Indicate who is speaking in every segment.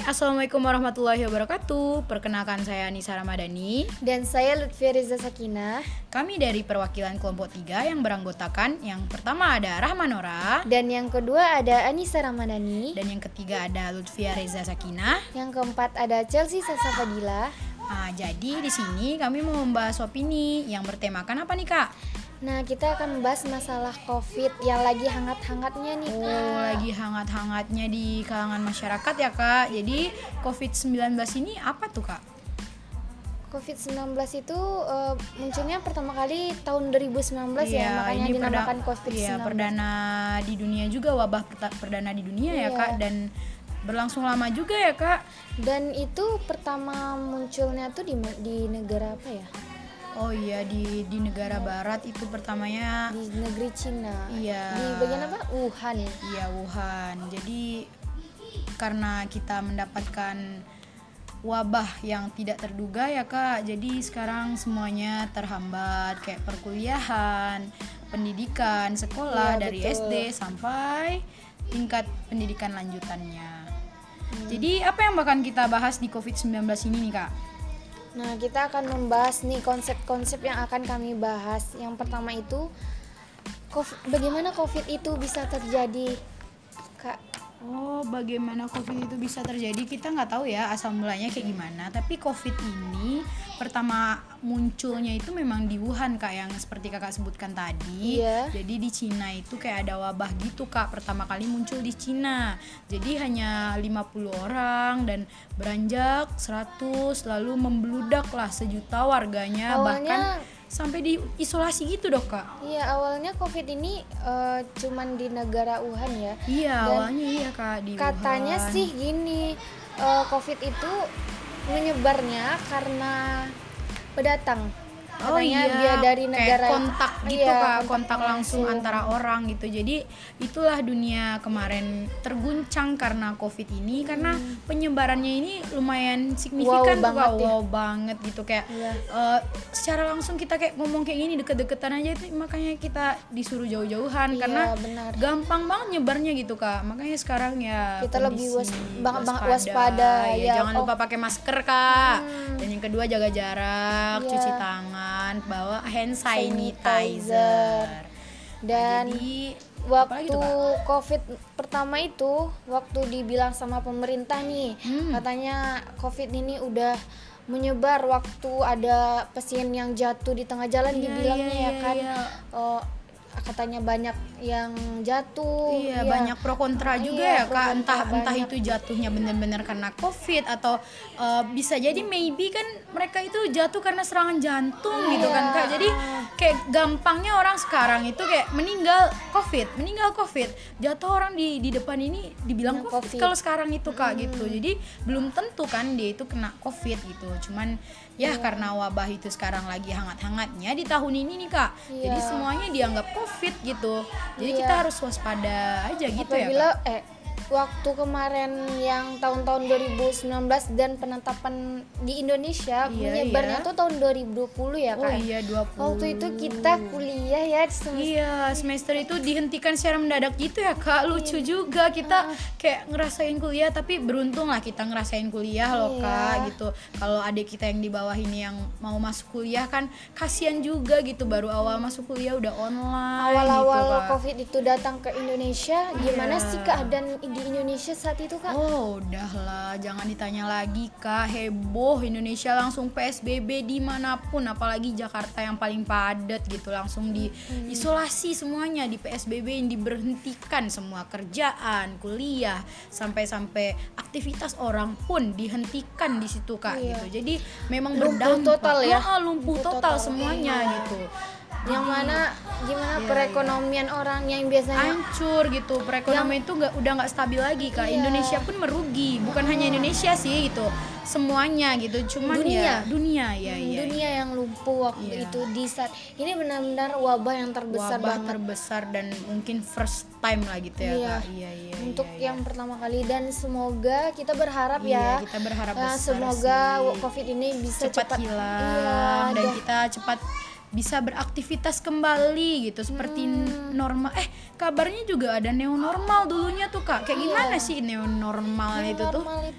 Speaker 1: Assalamualaikum warahmatullahi wabarakatuh. Perkenalkan saya Nisa Ramadhani.
Speaker 2: Dan saya Lutfi Riza Sakinah.
Speaker 1: Kami dari perwakilan kelompok 3 yang beranggotakan yang pertama ada Rahmanora.
Speaker 2: Dan yang kedua ada Anissa Ramadhani.
Speaker 1: Dan yang ketiga ada Lutfia Reza Sakinah.
Speaker 2: Yang keempat ada Chelsea Sasa Fadila.
Speaker 1: Nah, jadi di sini kami mau membahas opini yang bertemakan apa nih Kak?
Speaker 2: Nah, kita akan membahas masalah COVID yang lagi hangat-hangatnya nih, Kak.
Speaker 1: Oh, lagi hangat-hangatnya di kalangan masyarakat ya Kak. Jadi COVID-19 ini apa tuh Kak?
Speaker 2: COVID-19 itu munculnya pertama kali tahun 2019 ya, makanya
Speaker 1: ini
Speaker 2: dinamakan COVID-19.
Speaker 1: Iya, perdana di dunia juga, wabah perdana di dunia ya Kak, dan berlangsung lama juga ya Kak.
Speaker 2: Dan itu pertama munculnya tuh di negara apa ya?
Speaker 1: Oh iya, di negara barat itu pertamanya
Speaker 2: di negeri Cina.
Speaker 1: Iya.
Speaker 2: Di bagian apa? Wuhan.
Speaker 1: Iya, Wuhan. Jadi karena kita mendapatkan wabah yang tidak terduga ya Kak, jadi sekarang semuanya terhambat, kayak perkuliahan, pendidikan, sekolah dari
Speaker 2: betul.
Speaker 1: SD sampai tingkat pendidikan lanjutannya. Jadi apa yang bakal kita bahas di COVID-19 ini nih Kak?
Speaker 2: Nah, kita akan membahas nih konsep-konsep yang akan kami bahas. Yang pertama itu bagaimana COVID itu bisa terjadi, Kak?
Speaker 1: Oh, bagaimana COVID itu bisa terjadi? Kita nggak tahu ya asal mulanya kayak gimana. Tapi COVID ini pertama munculnya itu memang di Wuhan Kak, yang seperti Kakak sebutkan tadi.
Speaker 2: Iya.
Speaker 1: Jadi di Cina itu kayak ada wabah gitu Kak. Pertama kali muncul di Cina. Jadi hanya 50 orang dan beranjak 100, lalu membludak lah sejuta warganya.
Speaker 2: Awalnya
Speaker 1: bahkan sampai diisolasi gitu dok Kak.
Speaker 2: Iya, awalnya COVID ini cuman di negara Wuhan ya.
Speaker 1: Iya,
Speaker 2: Dan
Speaker 1: awalnya iya Kak di
Speaker 2: katanya
Speaker 1: Wuhan.
Speaker 2: sih gini, COVID itu menyebarnya karena pendatang. Katanya dia dari negara
Speaker 1: kayak kontak gitu
Speaker 2: iya,
Speaker 1: Kak, kontak langsung antara orang gitu. Jadi itulah dunia kemarin terguncang karena COVID ini, karena penyebarannya ini lumayan signifikan tuh Kak. Wow banget gitu kayak secara langsung kita kayak ngomong kayak gini deket-deketan aja itu, makanya kita disuruh jauh-jauhan karena gampang banget nyebarnya gitu Kak. Makanya sekarang ya
Speaker 2: kita lebih waspada
Speaker 1: ya, jangan lupa pakai masker Kak. Dan yang kedua jaga jarak, cuci tangan, bawa hand sanitizer.
Speaker 2: Dan
Speaker 1: jadi
Speaker 2: waktu COVID pertama itu, waktu dibilang sama pemerintah nih, katanya COVID ini udah menyebar waktu ada pasien yang jatuh di tengah jalan, dibilangnya katanya banyak yang jatuh.
Speaker 1: Banyak pro kontra juga ya Kak, entah itu jatuhnya benar-benar karena COVID atau bisa jadi maybe kan mereka itu jatuh karena serangan jantung gitu kan Kak. Jadi kayak gampangnya orang sekarang itu kayak meninggal COVID, jatuh orang di depan ini dibilang COVID. Kalau sekarang itu Kak gitu. Jadi belum tentu kan dia itu kena COVID gitu. Cuman karena wabah itu sekarang lagi hangat-hangatnya di tahun ini nih Kak. Jadi semuanya dianggap COVID gitu. Jadi kita harus waspada aja gitu.
Speaker 2: Apabila,
Speaker 1: ya Kak.
Speaker 2: Waktu kemarin yang tahun-tahun 2019 dan penetapan di Indonesia menyebarnya tuh tahun 2020 ya Kak.
Speaker 1: Oh iya 20.
Speaker 2: Waktu itu kita kuliah ya semester.
Speaker 1: Iya, semester itu dihentikan secara mendadak gitu ya Kak. Lucu juga kita kayak ngerasain kuliah, tapi beruntung lah kita ngerasain kuliah loh Kak gitu. Kalau adik kita yang di bawah ini yang mau masuk kuliah kan kasihan juga gitu, baru awal masuk kuliah udah online.
Speaker 2: Awal-awal
Speaker 1: gitu, Kak.
Speaker 2: COVID itu datang ke Indonesia, gimana sih keadaan di Indonesia saat itu Kak?
Speaker 1: Oh udahlah, jangan ditanya lagi Kak, heboh Indonesia, langsung PSBB dimanapun, apalagi Jakarta yang paling padat gitu, langsung diisolasi semuanya, di PSBB yang diberhentikan semua kerjaan, kuliah, sampai aktivitas orang pun dihentikan di situ Kak gitu. Jadi memang berdampak lumpuh total semuanya gitu.
Speaker 2: Yang mana gimana perekonomian orang yang biasanya
Speaker 1: hancur gitu, perekonomian itu udah nggak stabil lagi Kak. Indonesia pun merugi, bukan hanya Indonesia sih gitu, semuanya gitu. Cuman dunia
Speaker 2: yang lumpuh waktu itu di saat ini benar-benar wabah yang terbesar
Speaker 1: dan mungkin first time lah gitu ya Kak.
Speaker 2: Untuk yang pertama kali, dan semoga kita berharap
Speaker 1: kita berharap
Speaker 2: semoga COVID ini bisa cepat
Speaker 1: hilang dan kita cepat bisa beraktivitas kembali gitu seperti normal. Kabarnya juga ada new normal dulunya tuh Kak. Kayak gimana sih new normal itu tuh?
Speaker 2: Normal itu kan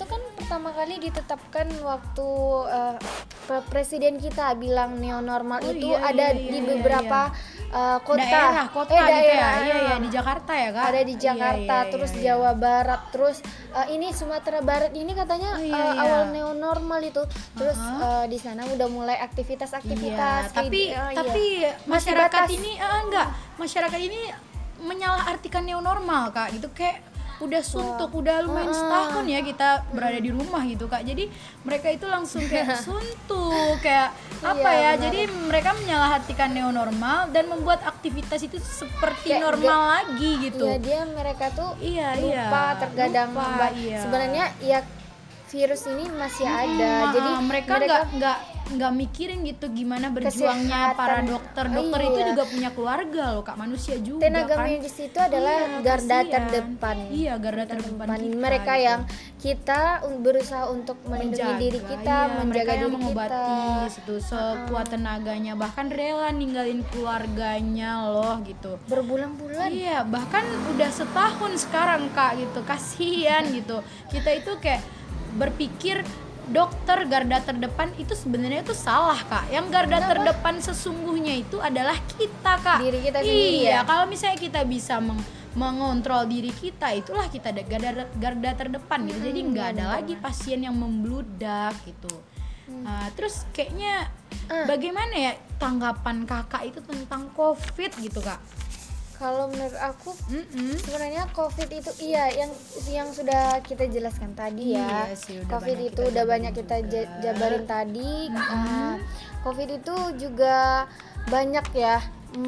Speaker 2: pertama kali ditetapkan waktu presiden kita bilang new normal itu ada di beberapa kota.
Speaker 1: Daerah, kota gitu ya. Iya, di Jakarta ya, Kak.
Speaker 2: Ada di Jakarta, terus Jawa Barat, terus ini Sumatera Barat ini katanya awal new normal itu. Terus di sana udah mulai aktivitas-aktivitas.
Speaker 1: Tapi masyarakat ini masyarakat ini menyalahartikan new normal, Kak, gitu, kayak udah suntuk, udah lumayan setahun ya kita berada di rumah gitu, Kak. Jadi mereka itu langsung kayak suntuk, kayak apa ya?
Speaker 2: Benar.
Speaker 1: Jadi mereka menyalahartikan new normal dan membuat aktivitas itu seperti
Speaker 2: Kayak
Speaker 1: normal lagi gitu.
Speaker 2: Iya, mereka tuh
Speaker 1: Iya,
Speaker 2: terkadang
Speaker 1: lupa, iya.
Speaker 2: sebenarnya ya virus ini masih ada. Jadi
Speaker 1: mereka nggak mikirin gitu gimana berjuangnya
Speaker 2: Kesehatan.
Speaker 1: para dokter itu
Speaker 2: Iya.
Speaker 1: juga punya keluarga loh, Kak, manusia juga
Speaker 2: tenaga
Speaker 1: kan.
Speaker 2: medis itu adalah garda
Speaker 1: kasihan.
Speaker 2: terdepan.
Speaker 1: Iya, garda terdepan kita,
Speaker 2: Mereka
Speaker 1: gitu.
Speaker 2: yang kita berusaha untuk melindungi diri kita, menjaga
Speaker 1: mereka yang
Speaker 2: diri
Speaker 1: mengobati
Speaker 2: kita,
Speaker 1: gitu sekuat tenaganya, bahkan rela ninggalin keluarganya loh gitu.
Speaker 2: berbulan-bulan.
Speaker 1: Iya, bahkan udah setahun sekarang, Kak, gitu. Kasihan gitu. Kita itu kayak berpikir dokter garda terdepan itu sebenarnya itu salah, Kak. Yang garda terdepan sesungguhnya itu adalah kita, Kak.
Speaker 2: Diri kita sendiri,
Speaker 1: Iya,
Speaker 2: ya.
Speaker 1: kalau misalnya kita bisa mengontrol diri kita, itulah kita garda terdepan gitu. Jadi nggak ada lagi pasien yang membludak gitu. Terus kayaknya bagaimana ya tanggapan Kakak itu tentang COVID gitu, Kak?
Speaker 2: Kalau menurut aku sebenarnya COVID itu yang sudah kita jelaskan tadi ya.
Speaker 1: Iya sih, udah
Speaker 2: COVID
Speaker 1: banyak
Speaker 2: itu
Speaker 1: kita
Speaker 2: udah banyak
Speaker 1: jabarin
Speaker 2: kita
Speaker 1: juga.
Speaker 2: jabarin tadi. COVID itu juga banyak ya.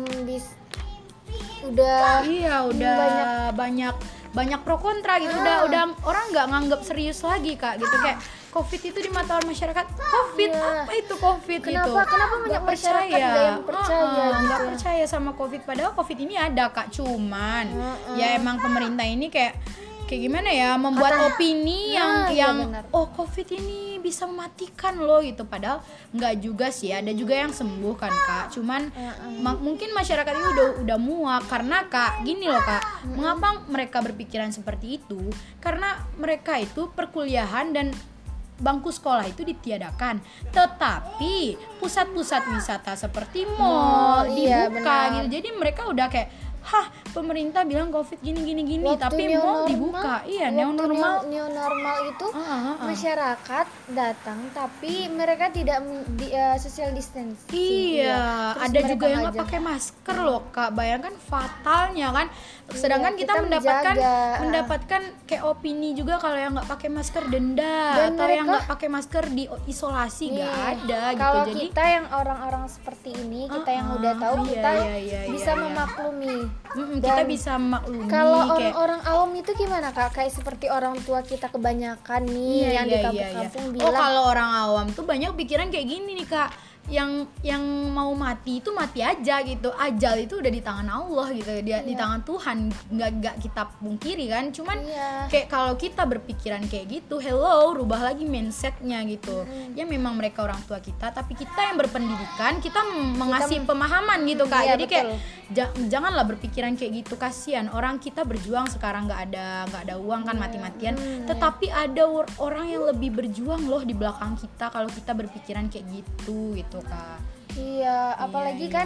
Speaker 1: Udah banyak pro kontra gitu. Udah orang nggak nganggap serius lagi, Kak, gitu. Kayak COVID itu di mata orang masyarakat, COVID apa itu COVID gitu.
Speaker 2: Kenapa banyak
Speaker 1: Nggak
Speaker 2: masyarakat nggak yang percaya
Speaker 1: nggak
Speaker 2: gitu?
Speaker 1: percaya sama COVID, padahal COVID ini ada, Kak, cuman ya emang pemerintah ini kayak gimana ya, membuat opini yang
Speaker 2: benar.
Speaker 1: oh COVID ini bisa mematikan loh gitu, padahal nggak juga sih, ada juga yang sembuh kan, Kak. Cuman mungkin masyarakat ini udah muak karena, Kak, gini loh, Kak, mengapa mereka berpikiran seperti itu? Karena mereka itu perkuliahan dan bangku sekolah itu ditiadakan, tetapi pusat-pusat wisata seperti mall
Speaker 2: iya,
Speaker 1: dibuka
Speaker 2: benar.
Speaker 1: gitu. Jadi mereka udah kayak, pemerintah bilang COVID gini,
Speaker 2: Waktu
Speaker 1: tapi
Speaker 2: new
Speaker 1: mall
Speaker 2: normal,
Speaker 1: dibuka. Iya,
Speaker 2: waktu
Speaker 1: new normal.
Speaker 2: new normal itu masyarakat datang tapi mereka tidak social distancing.
Speaker 1: Iya,
Speaker 2: Terus
Speaker 1: ada
Speaker 2: mereka
Speaker 1: juga yang nggak
Speaker 2: ngajak.
Speaker 1: pakai masker loh, Kak. Bayangkan fatalnya kan. Sedangkan kita
Speaker 2: kita
Speaker 1: mendapatkan kayak opini juga kalau yang nggak pakai masker denda,
Speaker 2: Dan
Speaker 1: atau yang
Speaker 2: mereka-
Speaker 1: nggak pakai masker di isolasi, nggak ada gitu.
Speaker 2: Kalau
Speaker 1: Jadi
Speaker 2: kita yang orang-orang seperti ini, kita yang udah tahu,
Speaker 1: iya,
Speaker 2: kita
Speaker 1: iya,
Speaker 2: bisa
Speaker 1: iya.
Speaker 2: memaklumi.
Speaker 1: kita
Speaker 2: Dan
Speaker 1: bisa maklumi
Speaker 2: Kalau
Speaker 1: kayak
Speaker 2: orang-orang awam itu gimana, Kak? Kayak seperti orang tua kita kebanyakan nih yang di kampung-kampung
Speaker 1: Oh,
Speaker 2: bilang.
Speaker 1: kalau orang awam tuh banyak pikiran kayak gini nih, Kak. Yang mau mati itu mati aja gitu. Ajal itu udah di tangan Allah gitu. Dia di tangan Tuhan. Nggak kita pungkiri kan. Cuman
Speaker 2: Iya.
Speaker 1: kayak kalau kita berpikiran kayak gitu, hello, rubah lagi mindsetnya gitu. Ya memang mereka orang tua kita, tapi kita yang berpendidikan, kita mengasih pemahaman gitu, Kak.
Speaker 2: Iya,
Speaker 1: Jadi
Speaker 2: betul.
Speaker 1: kayak janganlah berpikiran kayak gitu, kasihan orang kita berjuang sekarang nggak ada uang kan, mati-matian, tetapi ada orang yang lebih berjuang loh di belakang kita kalau kita berpikiran kayak gitu Kak.
Speaker 2: Iya, apalagi
Speaker 1: Iya,
Speaker 2: kan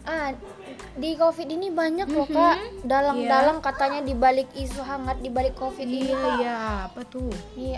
Speaker 2: di COVID ini banyak loh, Kak. Dalang-dalang katanya di balik isu hangat di balik COVID ini, Kak.
Speaker 1: Iya, apa tuh?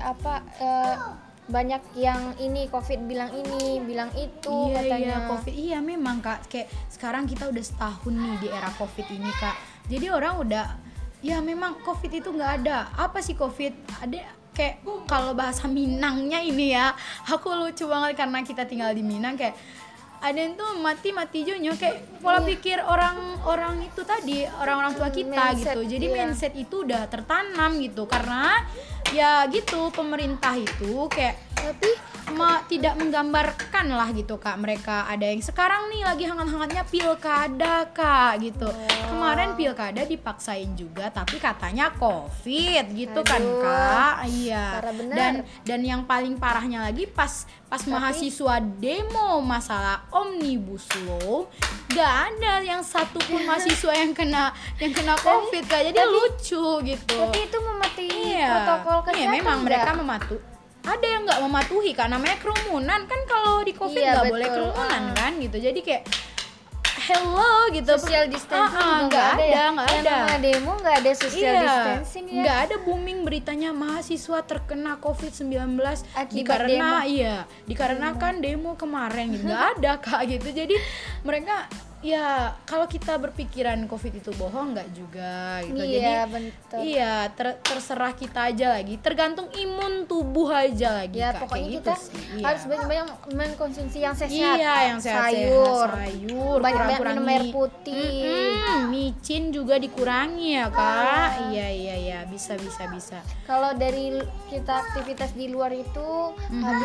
Speaker 2: Banyak yang ini COVID bilang ini, bilang itu katanya.
Speaker 1: COVID. Iya, memang, Kak. Kayak sekarang kita udah setahun nih di era COVID ini, Kak. Jadi orang udah, ya memang COVID itu nggak ada. Apa sih COVID? Ada kayak kalau bahasa Minangnya ini ya, aku lucu banget karena kita tinggal di Minang, kayak ada yang tuh mati jonyo, kayak pola pikir orang itu tadi, orang tua kita
Speaker 2: Mindset,
Speaker 1: gitu. Jadi
Speaker 2: iya.
Speaker 1: mindset itu udah tertanam gitu, karena ya gitu pemerintah itu kayak
Speaker 2: Tapi
Speaker 1: tidak menggambarkan lah gitu, Kak. Mereka ada yang sekarang nih lagi hangat-hangatnya pilkada, Kak, gitu. Kemarin pilkada dipaksain juga tapi katanya COVID gitu. Kan, Kak. Iya.
Speaker 2: parah benar.
Speaker 1: Dan yang paling parahnya lagi pas mahasiswa demo masalah Omnibus Law, gak ada yang satupun mahasiswa yang kena COVID, Kak. Jadi lucu gitu.
Speaker 2: tapi itu mematuhi
Speaker 1: Iya.
Speaker 2: protokol kesehatan.
Speaker 1: Iya, memang
Speaker 2: nggak?
Speaker 1: mereka ada yang nggak mematuhi Kak, namanya kerumunan kan, kalau di COVID
Speaker 2: Iya,
Speaker 1: nggak boleh
Speaker 2: betul.
Speaker 1: kerumunan kan gitu. Jadi kayak hello gitu,
Speaker 2: Social distancing juga
Speaker 1: nggak ada,
Speaker 2: ya.
Speaker 1: nggak
Speaker 2: Yang
Speaker 1: ada.
Speaker 2: namanya demo nggak ada social
Speaker 1: Iya,
Speaker 2: distancing ya.
Speaker 1: nggak ada booming beritanya mahasiswa terkena COVID-19
Speaker 2: Akibat demo.
Speaker 1: dikarenakan demo kemarin gitu. Nggak ada Kak gitu. Jadi mereka ya kalau kita berpikiran COVID itu bohong nggak juga gitu.
Speaker 2: Iya,
Speaker 1: Jadi
Speaker 2: betul.
Speaker 1: iya terserah kita aja lagi, tergantung imun tubuh aja lagi
Speaker 2: Ya
Speaker 1: Kak.
Speaker 2: pokoknya
Speaker 1: Kayak
Speaker 2: kita
Speaker 1: gitu sih. Iya.
Speaker 2: harus banyak-banyak mengkonsumsi yang sehat.
Speaker 1: Iya, yang sehat-sehat,
Speaker 2: sayur,
Speaker 1: sayur,
Speaker 2: banyak-banyak
Speaker 1: kurang-kurangi
Speaker 2: minum air putih.
Speaker 1: micin juga dikurangi ya Kak. Iya, bisa.
Speaker 2: Kalau dari kita aktivitas di luar itu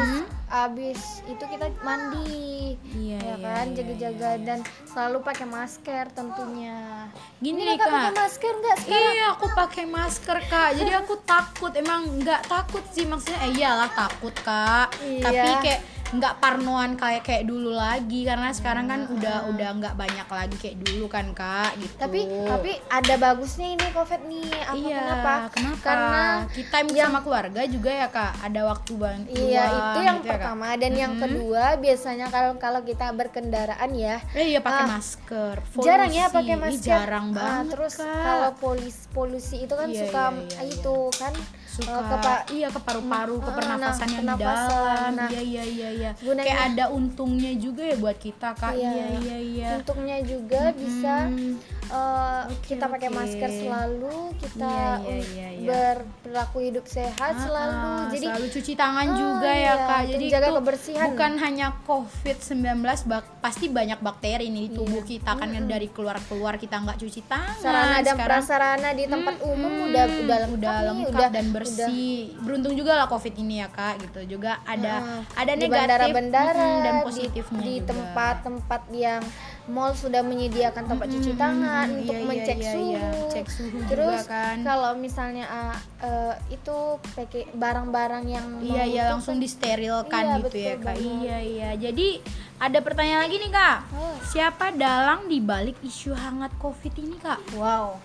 Speaker 2: habis itu kita mandi,
Speaker 1: Iya,
Speaker 2: ya
Speaker 1: iya,
Speaker 2: kan,
Speaker 1: iya,
Speaker 2: jaga-jaga dan selalu pakai masker tentunya.
Speaker 1: Gini
Speaker 2: Ini
Speaker 1: nih
Speaker 2: kakak pakai
Speaker 1: Kak,
Speaker 2: masker nggak sekarang?
Speaker 1: iya aku pakai masker Kak. Jadi aku takut, emang nggak takut sih maksudnya, iyalah takut Kak.
Speaker 2: Iya.
Speaker 1: Tapi kayak nggak parnoan kayak dulu lagi, karena sekarang kan udah nggak banyak lagi kayak dulu kan Kak gitu.
Speaker 2: Tapi ada bagusnya ini COVID nih.
Speaker 1: iya,
Speaker 2: Kenapa? Karena
Speaker 1: kita sama keluarga juga ya Kak, ada waktu banget.
Speaker 2: iya, itu yang
Speaker 1: gitu ya, Kak.
Speaker 2: pertama dan yang kedua biasanya kalau kita berkendaraan ya
Speaker 1: Iya pakai masker.
Speaker 2: jarang ya
Speaker 1: Polusi.
Speaker 2: pakai
Speaker 1: Ih,
Speaker 2: masker.
Speaker 1: jarang banget
Speaker 2: Terus
Speaker 1: Kak.
Speaker 2: kalau polusi itu kan
Speaker 1: Iya,
Speaker 2: suka
Speaker 1: iya,
Speaker 2: itu kan
Speaker 1: suka ke paru-paru, ke
Speaker 2: Nah,
Speaker 1: pernafasan yang di
Speaker 2: pernafasan.
Speaker 1: dalam.
Speaker 2: Nah,
Speaker 1: Iya.
Speaker 2: gunanya-
Speaker 1: Kayak ada untungnya juga ya buat kita Kak.
Speaker 2: Iya.
Speaker 1: Iya.
Speaker 2: untungnya juga bisa kita pakai
Speaker 1: oke.
Speaker 2: masker selalu, kita
Speaker 1: Iya.
Speaker 2: berperilaku hidup sehat selalu. Jadi
Speaker 1: selalu cuci tangan juga
Speaker 2: iya,
Speaker 1: ya Kak.
Speaker 2: untuk
Speaker 1: Jadi
Speaker 2: jaga
Speaker 1: itu
Speaker 2: kebersihan.
Speaker 1: bukan hanya COVID-19, pasti banyak bakteri nih di tubuh kita kan, dari keluar kita nggak cuci tangan.
Speaker 2: sarana dan
Speaker 1: Sekarang
Speaker 2: prasarana di tempat umum udah lengkap nih,
Speaker 1: lengkap dan bersih. Beruntung juga lah COVID ini ya Kak gitu. Juga ada
Speaker 2: di
Speaker 1: negatif
Speaker 2: bandara-bandara
Speaker 1: dan positifnya
Speaker 2: di
Speaker 1: juga.
Speaker 2: tempat-tempat yang mall sudah menyediakan tempat cuci tangan untuk
Speaker 1: Iya,
Speaker 2: mencek
Speaker 1: iya,
Speaker 2: suhu.
Speaker 1: iya. Cek suhu
Speaker 2: Terus
Speaker 1: juga kan.
Speaker 2: kalau misalnya itu pakai barang-barang yang
Speaker 1: Iya langsung disterilkan
Speaker 2: Iya,
Speaker 1: gitu ya
Speaker 2: betul
Speaker 1: Kak.
Speaker 2: banget.
Speaker 1: Iya. Jadi ada pertanyaan lagi nih Kak.
Speaker 2: Oh.
Speaker 1: Siapa dalang di balik isu hangat COVID ini Kak?
Speaker 2: Wow.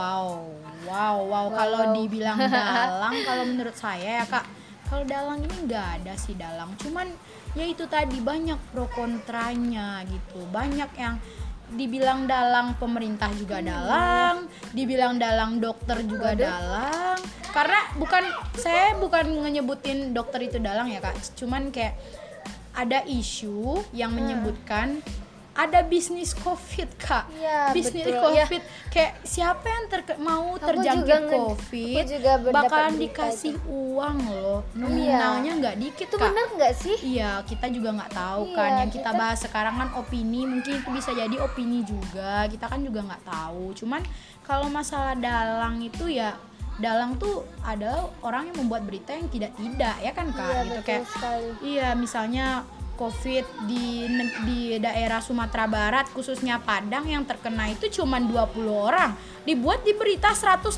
Speaker 1: Kalau dibilang dalang, kalau menurut saya ya Kak, kalau dalang ini nggak ada sih dalang. Cuman ya itu tadi, banyak pro kontranya gitu. Banyak yang dibilang dalang pemerintah juga dalang, dibilang dalang dokter juga dalang. Karena saya bukan ngeyebutin dokter itu dalang ya Kak. Cuman kayak ada isu yang menyebutkan ada bisnis COVID Kak.
Speaker 2: Iya,
Speaker 1: bisnis
Speaker 2: betul.
Speaker 1: COVID kayak siapa yang mau terjangkit
Speaker 2: juga
Speaker 1: COVID
Speaker 2: aku juga mendapat
Speaker 1: bakalan
Speaker 2: berita
Speaker 1: dikasih uang loh, nominalnya nggak dikit
Speaker 2: Itu
Speaker 1: Kak.
Speaker 2: benar nggak sih?
Speaker 1: Iya, kita juga nggak tahu
Speaker 2: Iya,
Speaker 1: kan. Yang kita
Speaker 2: kita-
Speaker 1: bahas sekarang kan opini, mungkin itu bisa jadi opini juga. Kita kan juga nggak tahu. Cuman kalau masalah dalang itu ya, dalang tuh adalah orang yang membuat berita yang tidak ya kan Kak.
Speaker 2: Iya,
Speaker 1: Gitu
Speaker 2: betul
Speaker 1: kayak
Speaker 2: sekali.
Speaker 1: iya, misalnya COVID di daerah Sumatera Barat khususnya Padang yang terkena itu cuma 20 orang, dibuat di berita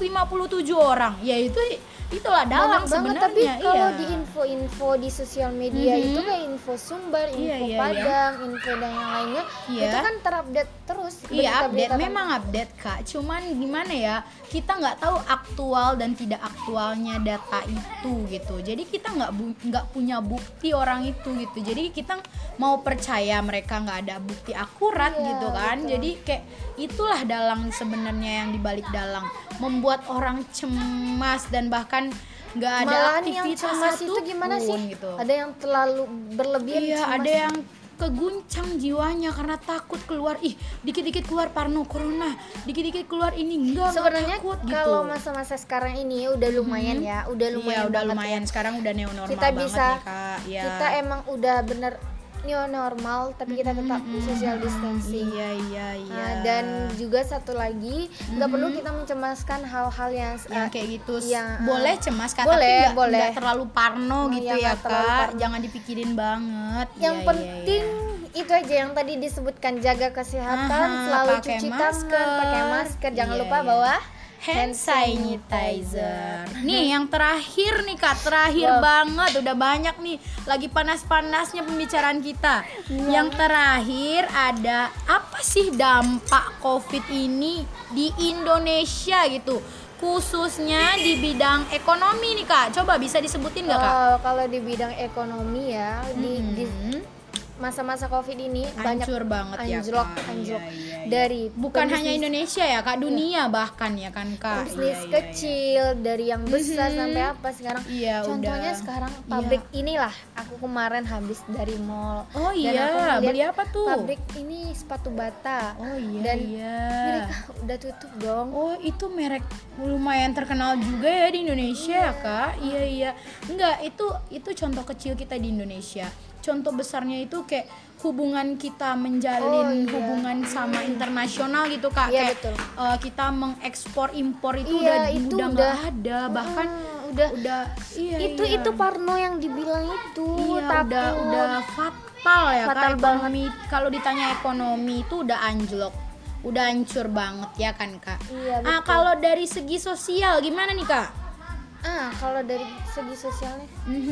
Speaker 1: 157 orang. Ya itulah dalang
Speaker 2: Banyak banget,
Speaker 1: sebenarnya.
Speaker 2: tapi kalau
Speaker 1: iya.
Speaker 2: di info di sosial media itu kayak info Sumber, info
Speaker 1: Iya.
Speaker 2: Padang, info dan yang lainnya
Speaker 1: Iya.
Speaker 2: itu kan terupdate terus.
Speaker 1: Iya,
Speaker 2: berita-berita
Speaker 1: update,
Speaker 2: tentang-
Speaker 1: memang update Kak. Cuman gimana ya, kita nggak tahu aktual dan tidak aktualnya data itu gitu. Jadi kita nggak punya bukti orang itu gitu. Jadi kita mau percaya mereka nggak ada bukti akurat
Speaker 2: Iya,
Speaker 1: gitu kan.
Speaker 2: betul.
Speaker 1: Jadi kayak itulah dalang sebenarnya, yang dibalik dalang, membuat orang cemas dan bahkan nggak ada
Speaker 2: Malahan yang
Speaker 1: aktivitas
Speaker 2: cemas itu
Speaker 1: satupun
Speaker 2: gimana sih?
Speaker 1: gitu.
Speaker 2: Ada yang terlalu berlebihan
Speaker 1: Iya,
Speaker 2: cemas.
Speaker 1: ada yang keguncang jiwanya karena takut keluar, dikit-dikit keluar parno corona, dikit-dikit keluar ini enggak
Speaker 2: Sebenarnya
Speaker 1: takut gitu.
Speaker 2: kalau masa-masa sekarang ini udah lumayan ya, udah lumayan
Speaker 1: Iya, udah
Speaker 2: banget
Speaker 1: lumayan.
Speaker 2: ya.
Speaker 1: Sekarang udah new normal
Speaker 2: Kita
Speaker 1: banget
Speaker 2: bisa-
Speaker 1: nih Kak. Iya.
Speaker 2: Kita emang udah bener new normal, tapi kita tetap social distancing.
Speaker 1: Iya.
Speaker 2: Dan juga satu lagi, nggak perlu kita mencemaskan hal-hal yang
Speaker 1: yang kayak gitu
Speaker 2: yang,
Speaker 1: boleh cemas Kak,
Speaker 2: boleh,
Speaker 1: tapi
Speaker 2: boleh.
Speaker 1: nggak terlalu parno gitu
Speaker 2: yang
Speaker 1: ya
Speaker 2: nggak terlalu
Speaker 1: Kak.
Speaker 2: parno.
Speaker 1: Jangan dipikirin banget.
Speaker 2: yang
Speaker 1: Iya,
Speaker 2: penting itu aja yang tadi disebutkan, jaga kesehatan, selalu
Speaker 1: pakai
Speaker 2: cuci
Speaker 1: masker.
Speaker 2: tangan, pakai masker, jangan
Speaker 1: Iya,
Speaker 2: lupa
Speaker 1: iya.
Speaker 2: bawa
Speaker 1: hand sanitizer. Nih yang terakhir nih Kak, terakhir banget, udah banyak nih, lagi panas-panasnya pembicaraan kita. Yang terakhir ada apa sih dampak COVID ini di Indonesia gitu, khususnya di bidang ekonomi nih Kak. Coba bisa disebutin nggak Kak?
Speaker 2: Kalau di bidang ekonomi ya, di masa-masa Covid ini
Speaker 1: Hancur banget ya
Speaker 2: anjlok
Speaker 1: Kak.
Speaker 2: anjlok
Speaker 1: Iya.
Speaker 2: dari
Speaker 1: Bukan
Speaker 2: pebisnis-
Speaker 1: hanya Indonesia ya Kak, dunia bahkan ya kan Kak.
Speaker 2: bisnis
Speaker 1: Iya.
Speaker 2: kecil dari yang besar sampai apa sekarang.
Speaker 1: Iya,
Speaker 2: Contohnya
Speaker 1: udah.
Speaker 2: sekarang pabrik inilah, aku kemarin habis dari mall.
Speaker 1: Oh
Speaker 2: Dan
Speaker 1: iya,
Speaker 2: aku ngeliat
Speaker 1: beli apa tuh?
Speaker 2: Pabrik ini sepatu bata.
Speaker 1: Oh iya.
Speaker 2: Dan
Speaker 1: iya.
Speaker 2: mereka udah tutup dong.
Speaker 1: Oh itu merek lumayan terkenal juga ya di Indonesia ya Kak. Iya iya. Enggak, itu contoh kecil kita di Indonesia. Contoh besarnya itu kayak hubungan kita menjalin hubungan sama internasional gitu Kak.
Speaker 2: Iya,
Speaker 1: Kayak
Speaker 2: betul.
Speaker 1: Kita mengekspor impor itu
Speaker 2: Iya, itu
Speaker 1: udah nggak ada. Bahkan
Speaker 2: udah
Speaker 1: iya,
Speaker 2: itu Parno yang dibilang itu
Speaker 1: iya,
Speaker 2: takut.
Speaker 1: udah fatal ya
Speaker 2: Fatal
Speaker 1: Kak ekonomi. Kalau ditanya ekonomi itu udah anjlok. Udah hancur banget ya kan Kak.
Speaker 2: Iya,
Speaker 1: Ah, kalau dari segi sosial gimana nih Kak?
Speaker 2: Kalau dari segi sosialnya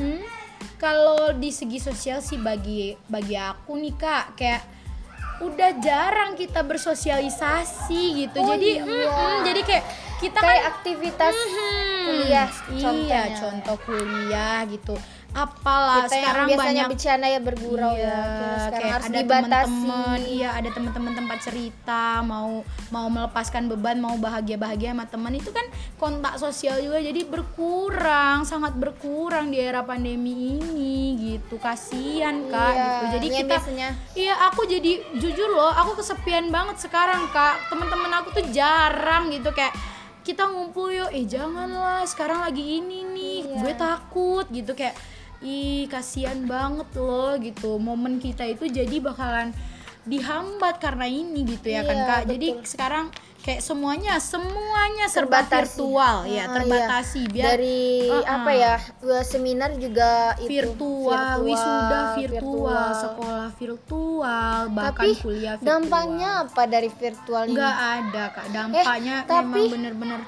Speaker 1: Kalau di segi sosial sih bagi aku nih Kak, kayak udah jarang kita bersosialisasi gitu. Jadi jadi kayak kita
Speaker 2: kayak
Speaker 1: kan
Speaker 2: aktivitas kuliah contohnya.
Speaker 1: Iya, contoh kuliah gitu. Apalah
Speaker 2: Kita yang
Speaker 1: sekarang
Speaker 2: biasanya
Speaker 1: banyak
Speaker 2: bercanda ya bergurau
Speaker 1: iya,
Speaker 2: ya. Sekarang
Speaker 1: kayak
Speaker 2: harus
Speaker 1: ada
Speaker 2: dibatasi.
Speaker 1: teman-teman, iya ada teman-teman tempat cerita, mau melepaskan beban, mau bahagia sama teman itu kan kontak sosial juga jadi berkurang, sangat berkurang di era pandemi ini gitu. Kasihan Kak
Speaker 2: Iya,
Speaker 1: gitu. Jadi
Speaker 2: yang
Speaker 1: kita
Speaker 2: biasanya
Speaker 1: iya aku jadi jujur loh, aku kesepian banget sekarang Kak. Teman-teman aku tuh jarang gitu kayak kita ngumpul yuk, janganlah sekarang lagi ini nih, gue takut gitu kayak kasihan banget loh gitu. Momen kita itu jadi bakalan dihambat karena ini gitu ya kan
Speaker 2: Iya,
Speaker 1: Kak. Jadi
Speaker 2: betul.
Speaker 1: sekarang kayak semuanya serba
Speaker 2: Terbatasi.
Speaker 1: virtual ya, terbatasi
Speaker 2: Iya.
Speaker 1: biar
Speaker 2: Dari apa ya, seminar juga itu
Speaker 1: virtual, wisuda virtual, sekolah virtual, bahkan
Speaker 2: Tapi
Speaker 1: kuliah virtual.
Speaker 2: dampaknya apa dari virtual ini?
Speaker 1: Nggak ada Kak, dampaknya
Speaker 2: tapi-
Speaker 1: memang bener-bener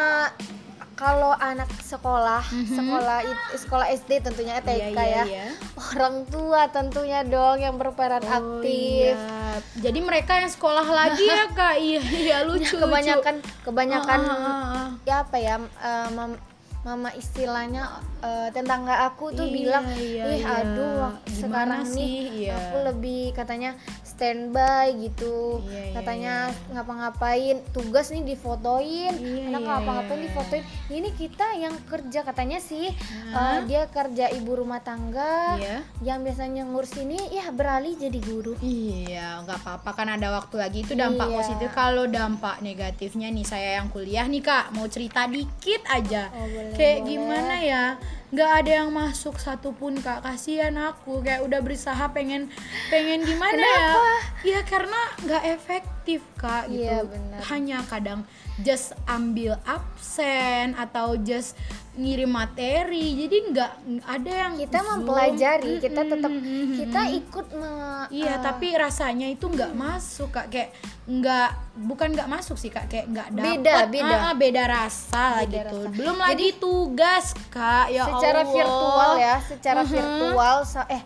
Speaker 2: Kalau anak sekolah, sekolah SD tentunya TK ya.
Speaker 1: iya.
Speaker 2: Orang tua tentunya dong yang berperan aktif.
Speaker 1: Iya. Jadi mereka yang sekolah lagi ya Kak. Iya lucu.
Speaker 2: Kebanyakan
Speaker 1: Ah.
Speaker 2: ya apa ya, mama istilahnya tetangga aku tuh bilang, aduh
Speaker 1: Gimana
Speaker 2: sekarang
Speaker 1: sih?
Speaker 2: nih
Speaker 1: Iya.
Speaker 2: aku lebih katanya standby gitu,
Speaker 1: Iya,
Speaker 2: katanya ngapa-ngapain tugas nih difotoin, anak ngapa-ngapain difotoin. Ini kita yang kerja katanya sih, dia kerja ibu rumah tangga,
Speaker 1: Iya.
Speaker 2: yang biasanya ngurus ini ya beralih jadi guru.
Speaker 1: Iya, nggak apa-apa kan ada waktu lagi, itu dampak
Speaker 2: Iya.
Speaker 1: positif. Kalau dampak negatifnya nih, saya yang kuliah nih Kak, mau cerita dikit aja.
Speaker 2: Oh, boleh,
Speaker 1: Kayak
Speaker 2: boleh.
Speaker 1: gimana ya? Nggak ada yang masuk satupun Kak, kasihan aku. Kayak udah berusaha pengen gimana ya? Iya karena nggak efektif Kak gitu.
Speaker 2: Iya, benar.
Speaker 1: Hanya kadang just ambil absen atau just ngirim materi, jadi nggak ada yang
Speaker 2: Kita
Speaker 1: Zoom.
Speaker 2: mempelajari, kita tetap kita ikut
Speaker 1: Iya, tapi rasanya itu nggak masuk Kak, kayak bukan nggak masuk sih Kak, kayak nggak dapet.
Speaker 2: Beda.
Speaker 1: Beda rasa lah
Speaker 2: Beda
Speaker 1: gitu.
Speaker 2: rasa.
Speaker 1: Belum lagi tugas Kak, ya
Speaker 2: secara
Speaker 1: Allah.
Speaker 2: virtual ya, secara virtual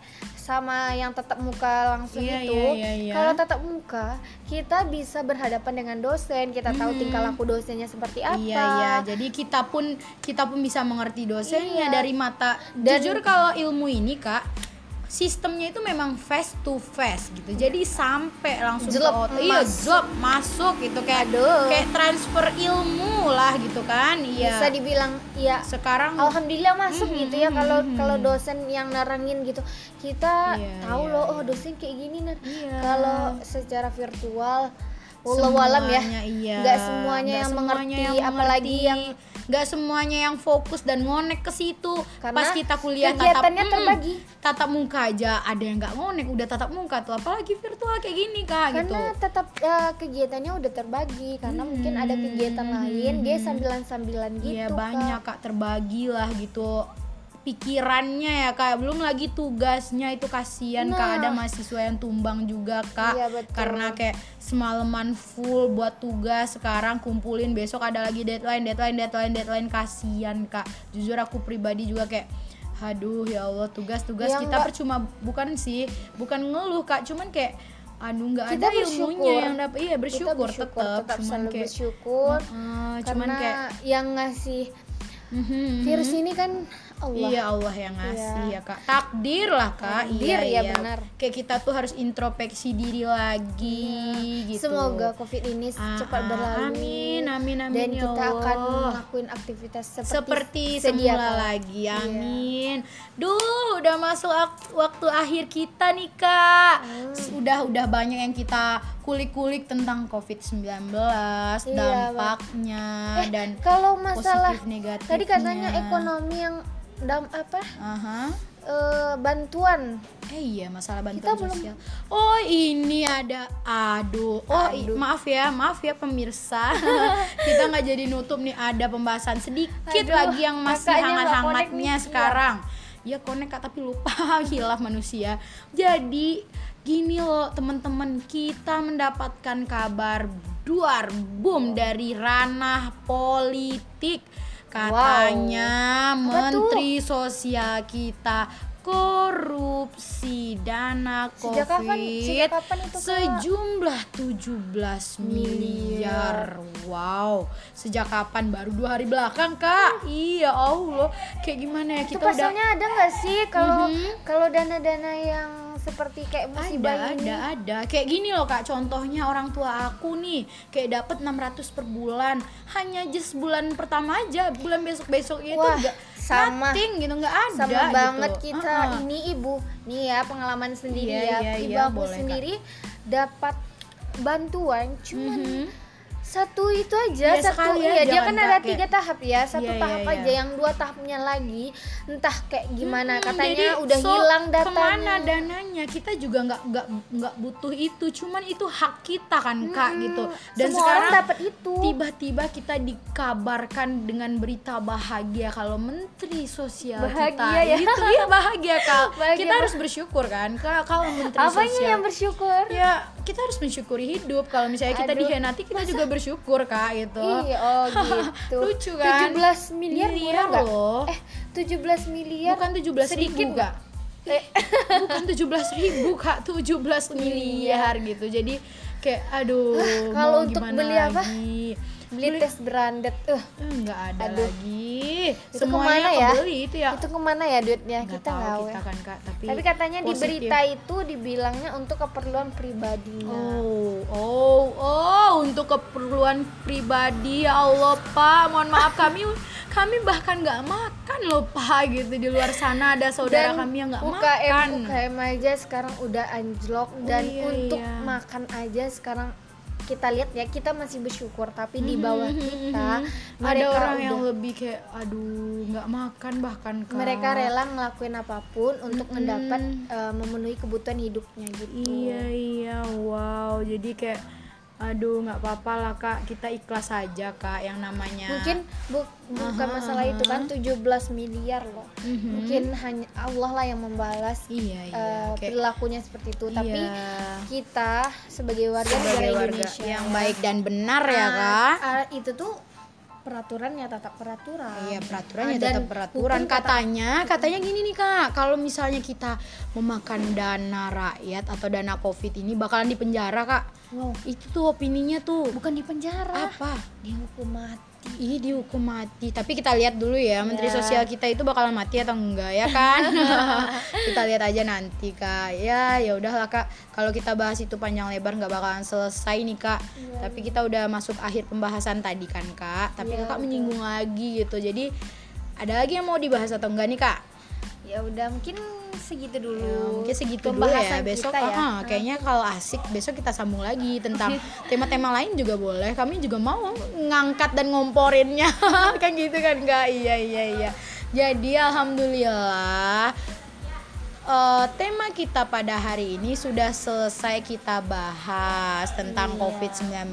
Speaker 2: sama yang tatap muka langsung
Speaker 1: Iya,
Speaker 2: itu.
Speaker 1: iya.
Speaker 2: Kalau tatap muka, kita bisa berhadapan dengan dosen, kita tahu tingkah laku dosennya seperti apa.
Speaker 1: Iya, jadi kita pun bisa mengerti dosennya
Speaker 2: Iya.
Speaker 1: dari mata.
Speaker 2: Dan-
Speaker 1: Jujur kalau ilmu ini Kak, sistemnya itu memang face to face gitu. Jadi sampai langsung
Speaker 2: Jelek,
Speaker 1: ke otak. Iya, job masuk gitu kayak transfer ilmu lah gitu kan. Iya.
Speaker 2: Bisa dibilang ya
Speaker 1: Sekarang
Speaker 2: alhamdulillah masuk gitu ya, kalau dosen yang nerangin gitu. Kita
Speaker 1: Iya,
Speaker 2: tahu
Speaker 1: iya,
Speaker 2: loh, oh dosen kayak gini
Speaker 1: Iya.
Speaker 2: Kalau secara virtual wallahu alam ya.
Speaker 1: semuanya, iya.
Speaker 2: Nggak semuanya
Speaker 1: Nggak
Speaker 2: yang
Speaker 1: semuanya
Speaker 2: mengerti,
Speaker 1: yang
Speaker 2: apalagi
Speaker 1: mengerti.
Speaker 2: yang
Speaker 1: nggak semuanya yang fokus dan ngonek ke situ.
Speaker 2: Karena
Speaker 1: Pas kita kuliah
Speaker 2: kegiatannya terbagi.
Speaker 1: tatap muka aja ada yang nggak ngonek, udah tatap muka tuh, apalagi virtual kayak gini Kak gitu.
Speaker 2: karena tetap kegiatannya udah terbagi, karena mungkin ada kegiatan lain dia sambilan-sambilan gitu.
Speaker 1: Iya banyak Kak, terbagi lah gitu pikirannya ya Kak, belum lagi tugasnya itu kasihan Kak, ada mahasiswa yang tumbang juga Kak.
Speaker 2: Iya, betul.
Speaker 1: Karena kayak semalaman full buat tugas, sekarang kumpulin besok ada lagi deadline, kasihan Kak. Jujur aku pribadi juga kayak aduh ya Allah, tugas
Speaker 2: Ya,
Speaker 1: kita percuma, bukan ngeluh Kak, cuman kayak nggak
Speaker 2: Kita
Speaker 1: ada ilmunya
Speaker 2: bersyukur.
Speaker 1: yang dapat. Iya, bersyukur,
Speaker 2: Kita
Speaker 1: tetap cuman
Speaker 2: selalu
Speaker 1: kayak
Speaker 2: bersyukur
Speaker 1: cuman
Speaker 2: karena
Speaker 1: kayak
Speaker 2: yang ngasih virus ini kan Allah.
Speaker 1: iya, Allah yang ngasih ya Kak. Takdir lah Kak.
Speaker 2: Takdir,
Speaker 1: iya,
Speaker 2: ya benar.
Speaker 1: Kayak kita tuh harus introspeksi diri lagi gitu.
Speaker 2: Semoga COVID ini cepat berlalu.
Speaker 1: Amin, amin, amin.
Speaker 2: Dan
Speaker 1: ya
Speaker 2: kita akan
Speaker 1: Allah.
Speaker 2: ngelakuin aktivitas
Speaker 1: seperti
Speaker 2: sedia
Speaker 1: semula
Speaker 2: kala.
Speaker 1: lagi. Amin. Duh, udah masuk waktu akhir kita nih Kak. Udah banyak yang kita kulik-kulik tentang COVID-19, dampaknya dan
Speaker 2: Kalau masalah
Speaker 1: positif negatifnya.
Speaker 2: tadi katanya ekonomi yang
Speaker 1: Aha.
Speaker 2: bantuan.
Speaker 1: Iya, masalah
Speaker 2: Kita
Speaker 1: bantuan
Speaker 2: belum-
Speaker 1: sosial. Oh, ini ada maaf ya pemirsa. Kita nggak jadi nutup nih, ada pembahasan sedikit
Speaker 2: Aduh,
Speaker 1: lagi yang masih
Speaker 2: kakaknya nggak
Speaker 1: hangat-hangatnya
Speaker 2: connect nih.
Speaker 1: sekarang. Ya connect Kak, tapi lupa hilaf manusia. Jadi gini loh teman-teman, kita mendapatkan kabar duar boom dari ranah politik. Katanya
Speaker 2: Apa tuh?
Speaker 1: Menteri Sosial kita korupsi dana
Speaker 2: Sejak kapan
Speaker 1: COVID
Speaker 2: itu, Kak?
Speaker 1: sejumlah 17 miliar. Wow, sejak kapan? Baru 2 hari belakang Kak. Iya Allah, kayak gimana ya
Speaker 2: Itu
Speaker 1: kita udah
Speaker 2: pasalnya ada nggak sih kalau dana-dana yang seperti kayak musibah ini?
Speaker 1: ada kayak gini loh Kak, contohnya orang tua aku nih kayak dapat 600 per bulan, hanya just bulan pertama aja, bulan besok itu
Speaker 2: Wah,
Speaker 1: enggak
Speaker 2: sama.
Speaker 1: nothing gitu, enggak ada
Speaker 2: Sama
Speaker 1: gitu.
Speaker 2: banget kita ini ibu nih ya pengalaman sendiri ibu aku
Speaker 1: boleh, Kak.
Speaker 2: sendiri dapat bantuan cuman satu itu aja,
Speaker 1: Iya,
Speaker 2: satu
Speaker 1: sekali
Speaker 2: iya
Speaker 1: aja
Speaker 2: dia
Speaker 1: kan,
Speaker 2: kan
Speaker 1: Kak,
Speaker 2: ada
Speaker 1: kayak-
Speaker 2: 3 tahap ya, satu
Speaker 1: Iya,
Speaker 2: tahap
Speaker 1: iya,
Speaker 2: aja,
Speaker 1: iya.
Speaker 2: yang 2 tahapnya lagi entah kayak gimana katanya
Speaker 1: Jadi,
Speaker 2: udah hilang datanya.
Speaker 1: kemana dananya, kita juga nggak butuh itu, cuman itu hak kita kan Kak gitu. Dan
Speaker 2: Semua
Speaker 1: sekarang
Speaker 2: orang dapat itu.
Speaker 1: tiba-tiba kita dikabarkan dengan berita bahagia kalau Menteri Sosial
Speaker 2: Bahagia
Speaker 1: kita
Speaker 2: ya?
Speaker 1: itu bahagia Kak.
Speaker 2: Bahagia
Speaker 1: Kita harus bersyukur kan Kak, kalau Menteri
Speaker 2: Apanya
Speaker 1: Sosial
Speaker 2: yang bersyukur?
Speaker 1: ya kita harus mensyukuri hidup. Kalau misalnya kita
Speaker 2: Aduh,
Speaker 1: dihianati, kita juga bersyukur Kak gitu.
Speaker 2: Iya, oh gitu.
Speaker 1: Lucu kan?
Speaker 2: 17 miliar murah nggak?
Speaker 1: loh.
Speaker 2: 17 miliar
Speaker 1: Bukan 17
Speaker 2: sedikit
Speaker 1: ribu Kak. Bukan 17.000 Kak, 17 miliar gitu. Jadi kayak aduh,
Speaker 2: kalau
Speaker 1: mau
Speaker 2: untuk
Speaker 1: gimana
Speaker 2: beli apa?
Speaker 1: lagi?
Speaker 2: Beli tes branded.
Speaker 1: Nggak ada
Speaker 2: Aduh.
Speaker 1: lagi.
Speaker 2: Itu
Speaker 1: Semuanya
Speaker 2: kemana ya?
Speaker 1: kebeli itu ya.
Speaker 2: Itu kemana ya duitnya?
Speaker 1: Nggak
Speaker 2: Kita
Speaker 1: tahu
Speaker 2: nggak
Speaker 1: kita kan Kak,
Speaker 2: Tapi katanya di
Speaker 1: positif.
Speaker 2: berita itu dibilangnya untuk keperluan pribadinya.
Speaker 1: Oh, untuk keperluan pribadi. Ya Allah Pak, mohon maaf kami bahkan nggak makan loh Pak gitu. Di luar sana ada saudara kami yang nggak makan.
Speaker 2: UKM aja sekarang udah anjlok dan
Speaker 1: iya,
Speaker 2: untuk
Speaker 1: iya.
Speaker 2: makan aja sekarang kita lihat ya, kita masih bersyukur, tapi di bawah kita
Speaker 1: ada
Speaker 2: mereka
Speaker 1: orang yang
Speaker 2: udah-
Speaker 1: lebih kayak aduh nggak makan bahkan Kak.
Speaker 2: mereka rela ngelakuin apapun untuk mendapat memenuhi kebutuhan hidupnya gitu.
Speaker 1: Iya wow, jadi kayak aduh nggak apa-apa lah Kak, kita ikhlas aja Kak, yang namanya
Speaker 2: Mungkin bukan masalah itu kan 17 miliar loh. Mungkin hanya Allah lah yang membalas
Speaker 1: iya kayak
Speaker 2: perilakunya seperti itu. Tapi
Speaker 1: iya.
Speaker 2: kita sebagai warga negara
Speaker 1: Sebagai warga
Speaker 2: Indonesia
Speaker 1: yang baik dan benar ya Kak.
Speaker 2: itu tuh peraturannya tetap peraturan.
Speaker 1: Iya, peraturannya
Speaker 2: Dan
Speaker 1: tetap peraturan.
Speaker 2: hukum
Speaker 1: Katanya gini nih Kak, kalau misalnya kita memakan dana rakyat atau dana Covid ini bakalan dipenjara Kak.
Speaker 2: Wow,
Speaker 1: Itu tuh opininya tuh.
Speaker 2: bukan di penjara,
Speaker 1: Apa?
Speaker 2: dihukum mati.
Speaker 1: Ih, dihukum mati. Tapi kita lihat dulu ya, Menteri
Speaker 2: Ya.
Speaker 1: Sosial kita itu bakalan mati atau enggak ya kan? Kita lihat aja nanti Kak. Ya udahlah Kak. Kalau kita bahas itu panjang lebar nggak bakalan selesai nih Kak. Tapi kita udah masuk akhir pembahasan tadi kan Kak. Tapi
Speaker 2: Iya,
Speaker 1: Kakak
Speaker 2: betul.
Speaker 1: menyinggung lagi gitu. Jadi ada lagi yang mau dibahas atau enggak nih Kak?
Speaker 2: Ya udah mungkin segitu dulu.
Speaker 1: Ya, mungkin segitu dulu ya.
Speaker 2: pembahasan
Speaker 1: Besok
Speaker 2: kita ya.
Speaker 1: kayaknya kalau asik besok kita sambung lagi tentang tema-tema lain juga boleh. Kami juga mau ngangkat dan ngomporinnya. Kan gitu kan Kak? Iya. Jadi alhamdulillah tema kita pada hari ini sudah selesai kita bahas tentang COVID-19.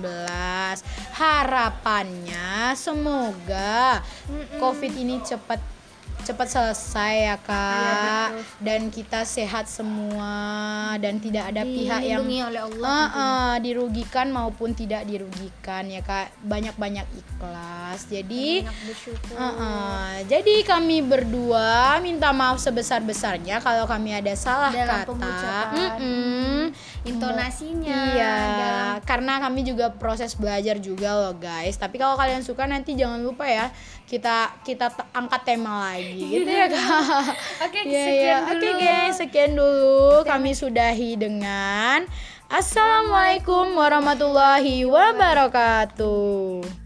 Speaker 1: Harapannya semoga COVID ini cepat cepat selesai ya Kak, dan kita sehat semua dan tidak ada pihak yang
Speaker 2: Dilindungi oleh Allah.
Speaker 1: dirugikan maupun tidak dirugikan ya Kak. Banyak-banyak ikhlas. Jadi
Speaker 2: Banyak bersyukur.
Speaker 1: jadi kami berdua minta maaf sebesar-besarnya kalau kami ada salah
Speaker 2: Dalam
Speaker 1: kata.
Speaker 2: pengucapan, intonasinya,
Speaker 1: Iya,
Speaker 2: dalam-
Speaker 1: karena kami juga proses belajar juga loh guys. Tapi kalau kalian suka nanti jangan lupa ya kita angkat tema lagi gitu ya Kak.
Speaker 2: Oke,
Speaker 1: Iya,
Speaker 2: sekian
Speaker 1: iya.
Speaker 2: dulu.
Speaker 1: Oke guys, sekian dulu. Kami sudahi dengan Assalamualaikum warahmatullahi wabarakatuh.